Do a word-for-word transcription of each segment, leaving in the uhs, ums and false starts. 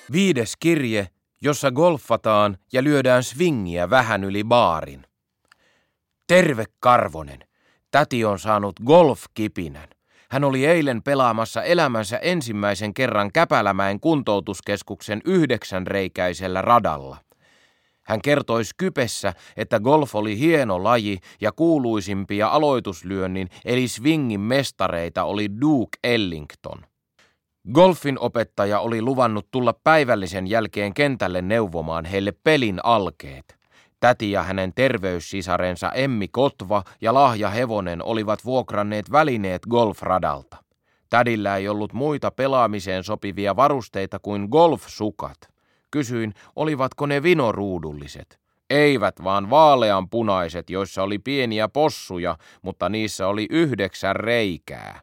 Viides kirje, jossa golfataan ja lyödään swingiä vähän yli baarin. Terve Karvonen. Täti on saanut golfkipinän. Hän oli eilen pelaamassa elämänsä ensimmäisen kerran Käpälämäen kuntoutuskeskuksen yhdeksänreikäisellä radalla. Hän kertoi Skypessä, että golf oli hieno laji ja kuuluisimpia aloituslyönnin eli swingin mestareita oli Duke Ellington. Golfin opettaja oli luvannut tulla päivällisen jälkeen kentälle neuvomaan heille pelin alkeet. Täti ja hänen terveyssisarensa Emmi Kotva ja Lahja Hevonen olivat vuokranneet välineet golfradalta. Tädillä ei ollut muita pelaamiseen sopivia varusteita kuin golfsukat. Kysyin, olivatko ne vinoruudulliset. Eivät, vaan vaaleanpunaiset, joissa oli pieniä possuja, mutta niissä oli yhdeksän reikää.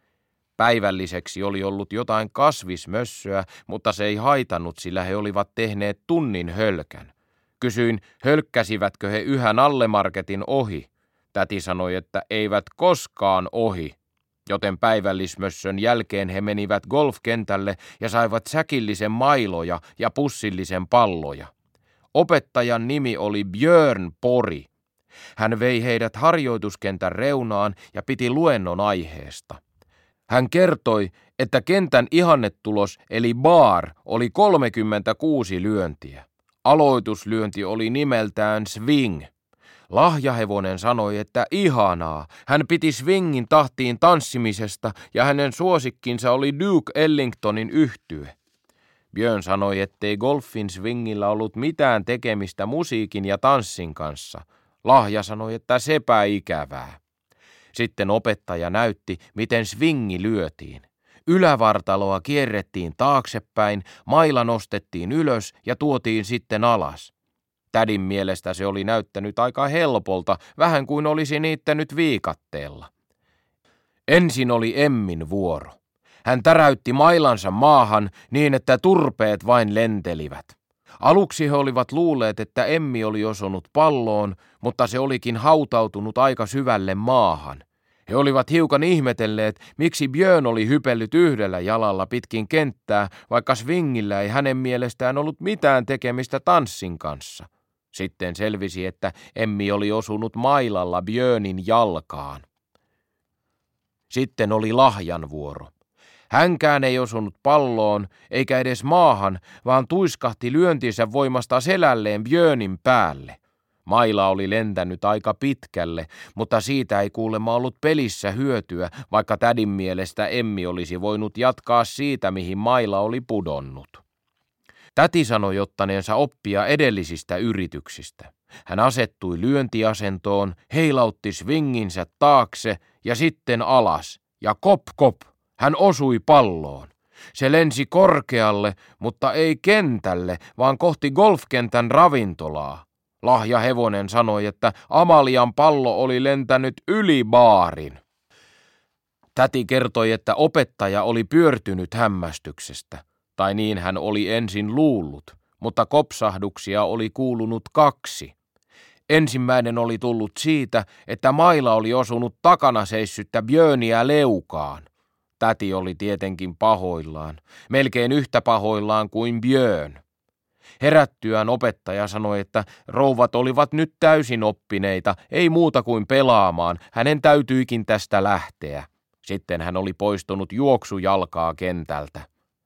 Päivälliseksi oli ollut jotain kasvismössöä, mutta se ei haitannut, sillä he olivat tehneet tunnin hölkän. Kysyin, hölkkäsivätkö he yhä Nallemarketin ohi. Täti sanoi, että eivät koskaan ohi, joten päivällismössön jälkeen he menivät golfkentälle ja saivat säkillisen mailoja ja pussillisen palloja. Opettajan nimi oli Björn Pori. Hän vei heidät harjoituskentän reunaan ja piti luennon aiheesta. Hän kertoi, että kentän ihannetulos eli bar oli kolmekymmentäkuusi lyöntiä. Aloituslyönti oli nimeltään swing. Lahjahevonen sanoi, että ihanaa. Hän piti swingin tahtiin tanssimisesta ja hänen suosikkinsa oli Duke Ellingtonin yhtye. Björn sanoi, ettei golfin swingillä ollut mitään tekemistä musiikin ja tanssin kanssa. Lahja sanoi, että sepä ikävää. Sitten opettaja näytti, miten swingi lyötiin. Ylävartaloa kierrettiin taaksepäin, maila nostettiin ylös ja tuotiin sitten alas. Tädin mielestä se oli näyttänyt aika helpolta, vähän kuin olisi niittänyt viikatteella. Ensin oli Emmin vuoro. Hän täräytti mailansa maahan niin, että turpeet vain lentelivät. Aluksi he olivat luulleet, että Emmi oli osunut palloon, mutta se olikin hautautunut aika syvälle maahan. He olivat hiukan ihmetelleet, miksi Björn oli hypellyt yhdellä jalalla pitkin kenttää, vaikka swingillä ei hänen mielestään ollut mitään tekemistä tanssin kanssa. Sitten selvisi, että Emmi oli osunut mailalla Björnin jalkaan. Sitten oli Lahjan vuoro. Hänkään ei osunut palloon, eikä edes maahan, vaan tuiskahti lyöntinsä voimasta selälleen Björnin päälle. Maila oli lentänyt aika pitkälle, mutta siitä ei kuulemma ollut pelissä hyötyä, vaikka tädin mielestä Emmi olisi voinut jatkaa siitä, mihin maila oli pudonnut. Täti sanoi ottaneensa oppia edellisistä yrityksistä. Hän asettui lyöntiasentoon, heilautti swinginsä taakse ja sitten alas, ja kop kop, hän osui palloon. Se lensi korkealle, mutta ei kentälle, vaan kohti golfkentän ravintolaa. Lahja Hevonen sanoi, että Amalian pallo oli lentänyt yli baarin. Täti kertoi, että opettaja oli pyörtynyt hämmästyksestä, tai niin hän oli ensin luullut, mutta kopsahduksia oli kuulunut kaksi. Ensimmäinen oli tullut siitä, että maila oli osunut takana seissyttä Björniä leukaan. Täti oli tietenkin pahoillaan, melkein yhtä pahoillaan kuin Björn. Herättyään opettaja sanoi, että rouvat olivat nyt täysin oppineita, ei muuta kuin pelaamaan, hänen täytyikin tästä lähteä. Sitten hän oli poistunut juoksujalkaa kentältä.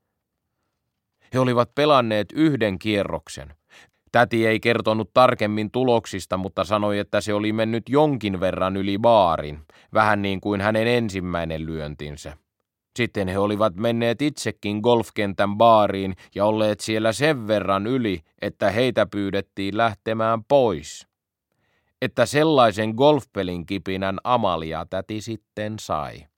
He olivat pelanneet yhden kierroksen. Täti ei kertonut tarkemmin tuloksista, mutta sanoi, että se oli mennyt jonkin verran yli baarin, vähän niin kuin hänen ensimmäinen lyöntinsä. Sitten he olivat menneet itsekin golfkentän baariin ja olleet siellä sen verran yli, että heitä pyydettiin lähtemään pois. Että sellaisen golfpelin kipinän Amalia täti sitten sai.